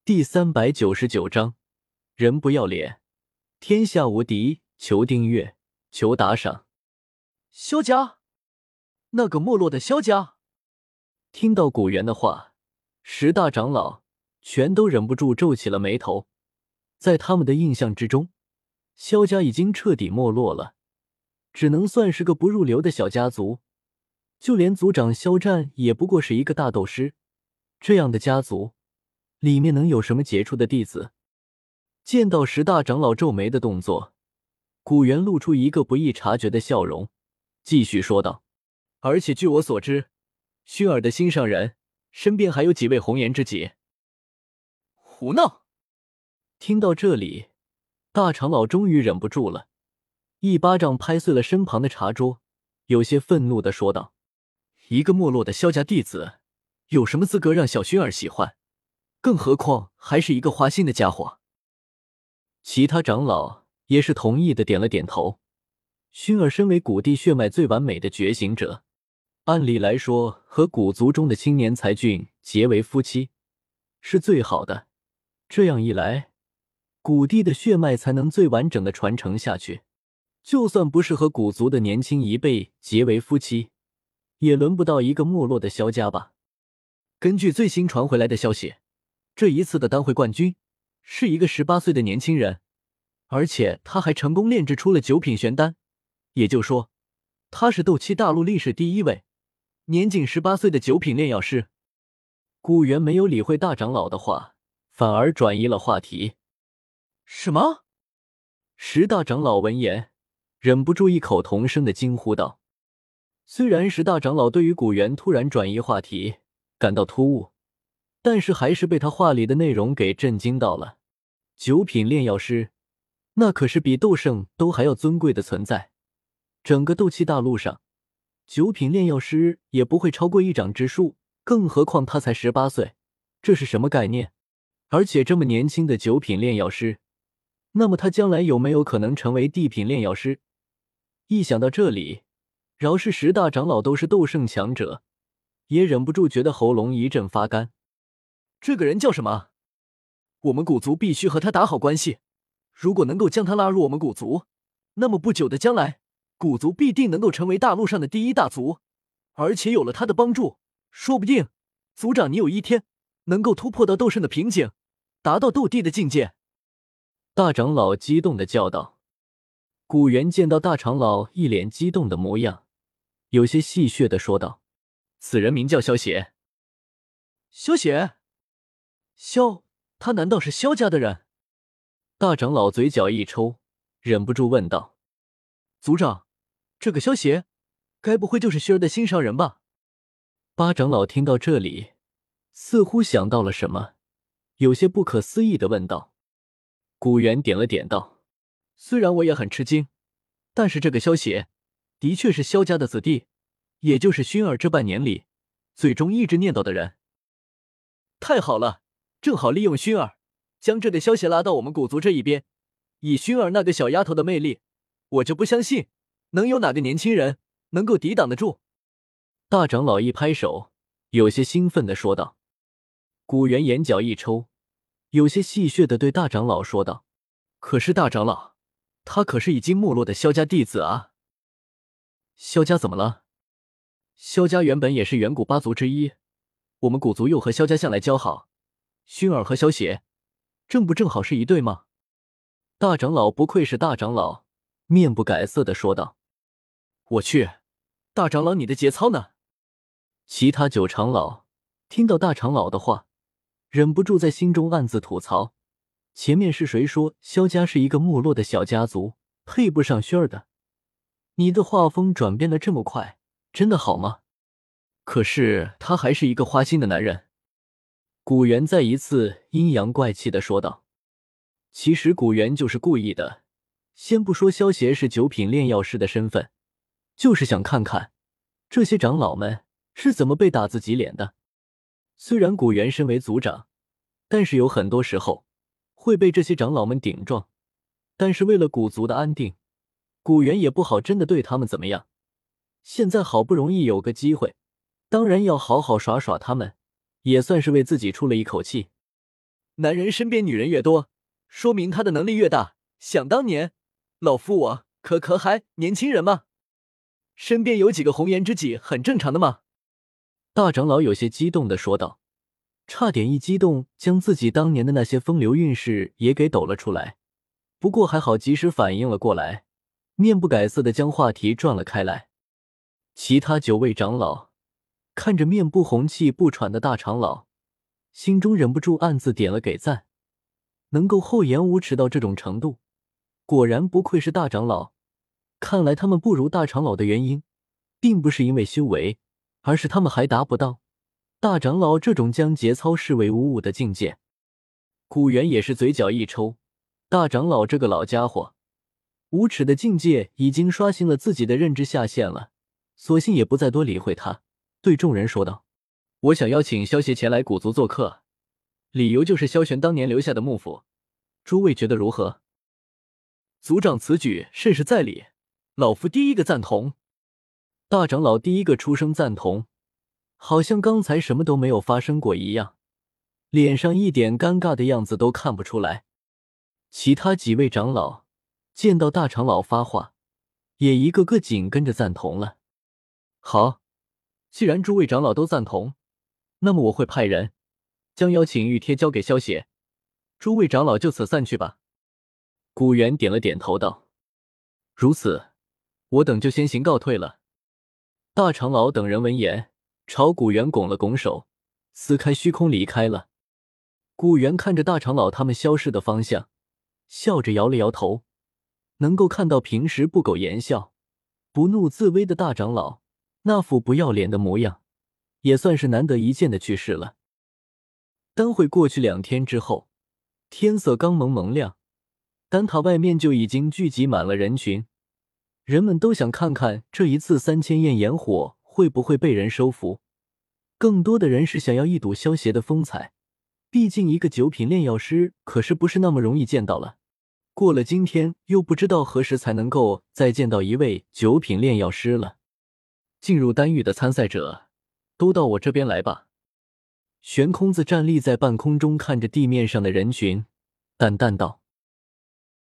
第399章，人不要脸，天下无敌。求订阅，求打赏。 萧家，那个没落的萧家。 听到古元的话，10大长老全都忍不住皱起了眉头。在他们的印象之中，萧家已经彻底没落了，只能算是个不入流的小家族。就连族长萧战也不过是一个大斗师，这样的家族里面能有什么杰出的弟子？见到10大长老皱眉的动作，古元露出一个不易察觉的笑容，继续说道：而且据我所知，薰儿的心上人身边还有几位红颜知己。 胡闹！ 听到这里，大长老终于忍不住了，一巴掌拍碎了身旁的茶桌，有些愤怒地说道：一个没落的萧家弟子，有什么资格让小薰儿喜欢？更何况还是一个花心的家伙。其他长老也是同意的点了点头。薰儿身为古地血脉最完美的觉醒者，按理来说和古族中的青年才俊结为夫妻是最好的，这样一来，古地的血脉才能最完整的传承下去。就算不是和古族的年轻一辈结为夫妻，也轮不到一个没落的萧家吧。根据最新传回来的消息，这一次的单会冠军是一个18岁的年轻人，而且他还成功炼制出了9品玄丹，也就是说，他是斗气大陆历史第一位年仅18岁的9品炼药师。古元没有理会大长老的话，反而转移了话题。 什么 ？10大长老闻言，忍不住异口同声的惊呼道。虽然10大长老对于古元突然转移话题感到突兀，但是还是被他话里的内容给震惊到了。9品炼药师，那可是比斗圣都还要尊贵的存在。整个斗气大陆上，9品炼药师也不会超过1掌之数，更何况他才18岁，这是什么概念？而且这么年轻的9品炼药师，那么他将来有没有可能成为地品炼药师？一想到这里，饶是10大长老都是斗圣强者，也忍不住觉得喉咙一阵发干。这个人叫什么？我们古族必须和他打好关系，如果能够将他拉入我们古族，那么不久的将来，古族必定能够成为大陆上的第一大族。而且有了他的帮助，说不定族长你有一天能够突破到斗圣的瓶颈，达到斗帝的境界。大长老激动地叫道。古元见到大长老一脸激动的模样，有些戏谑地说道：此人名叫萧邪。 萧邪？他难道是萧家的人？ 大长老嘴角一抽，忍不住问道： 族长，这个萧邪该不会就是薰儿的心上人吧 ？8长老听到这里，似乎想到了什么，有些不可思议地问道。古元点了点道：虽然我也很吃惊，但是这个萧邪的确是萧家的子弟，也就是薰儿这半年里最终一直念叨的人。太好了，正好利用薰儿将这个萧邪拉到我们古族这一边。以薰儿那个小丫头的魅力，我就不相信能有哪个年轻人能够抵挡得住。大长老一拍手，有些兴奋地说道。古元眼角一抽，有些戏谑地对大长老说道：可是大长老，他可是已经没落的萧家弟子啊。萧家怎么了？萧家原本也是远古8族之一，我们古族又和萧家向来交好，薰儿和萧邪正不正好是一对吗？大长老不愧是大长老，面不改色地说道。我去，大长老你的节操呢？其他9长老听到大长老的话，忍不住在心中暗自吐槽，前面是谁说萧家是一个没落的小家族，配不上薰儿的？你的画风转变得这么快，真的好吗？可是他还是一个花心的男人。古元再一次阴阳怪气地说道。其实古元就是故意的，先不说萧邪是9品炼药师的身份，就是想看看这些长老们是怎么被打自己脸的。虽然古元身为族长，但是有很多时候会被这些长老们顶撞，但是为了古族的安定，古元也不好真的对他们怎么样。现在好不容易有个机会，当然要好好耍耍他们，也算是为自己出了一口气。 男人身边女人越多，说明他的能力越大。想当年，老夫我可还年轻人吗？身边有几个红颜知己很正常的嘛。 大长老有些激动地说道，差点一激动将自己当年的那些风流韵事也给抖了出来，不过还好及时反应了过来，面不改色地将话题转了开来。其他9位长老看着面部红气不喘的大长老，心中忍不住暗自点了给赞，能够厚颜无耻到这种程度，果然不愧是大长老。看来他们不如大长老的原因，并不是因为修为，而是他们还达不到大长老这种将节操视为无物的境界。古元也是嘴角一抽，大长老这个老家伙，无耻的境界已经刷新了自己的认知下限了，索性也不再多理会他，对众人说道：我想邀请萧协前来古族做客，理由就是萧玄当年留下的幕府，诸位觉得如何？ 族长此举甚是在理，老夫第一个赞同。 大长老第一个出声赞同，好像刚才什么都没有发生过一样，脸上一点尴尬的样子都看不出来。其他几位长老见到大长老发话，也一个个紧跟着赞同了。好，既然诸位长老都赞同，那么我会派人将邀请玉贴交给萧协，诸位长老就此散去吧。古元点了点头道：如此，我等就先行告退了。大长老等人闻言，朝古元拱了拱手，撕开虚空离开了。古元看着大长老他们消失的方向，笑着摇了摇头。能够看到平时不苟言笑、不怒自威的大长老那副不要脸的模样，也算是难得一见的趣事了。丹会过去2天之后，天色刚蒙蒙亮，丹塔外面就已经聚集满了人群。人们都想看看这一次3000焰炎火会不会被人收服，更多的人是想要一睹萧协的风采，毕竟一个9品炼药师可是不是那么容易见到了。过了今天，又不知道何时才能够再见到一位9品炼药师了。进入丹域的参赛者，都到我这边来吧。悬空子站立在半空中，看着地面上的人群，淡淡道。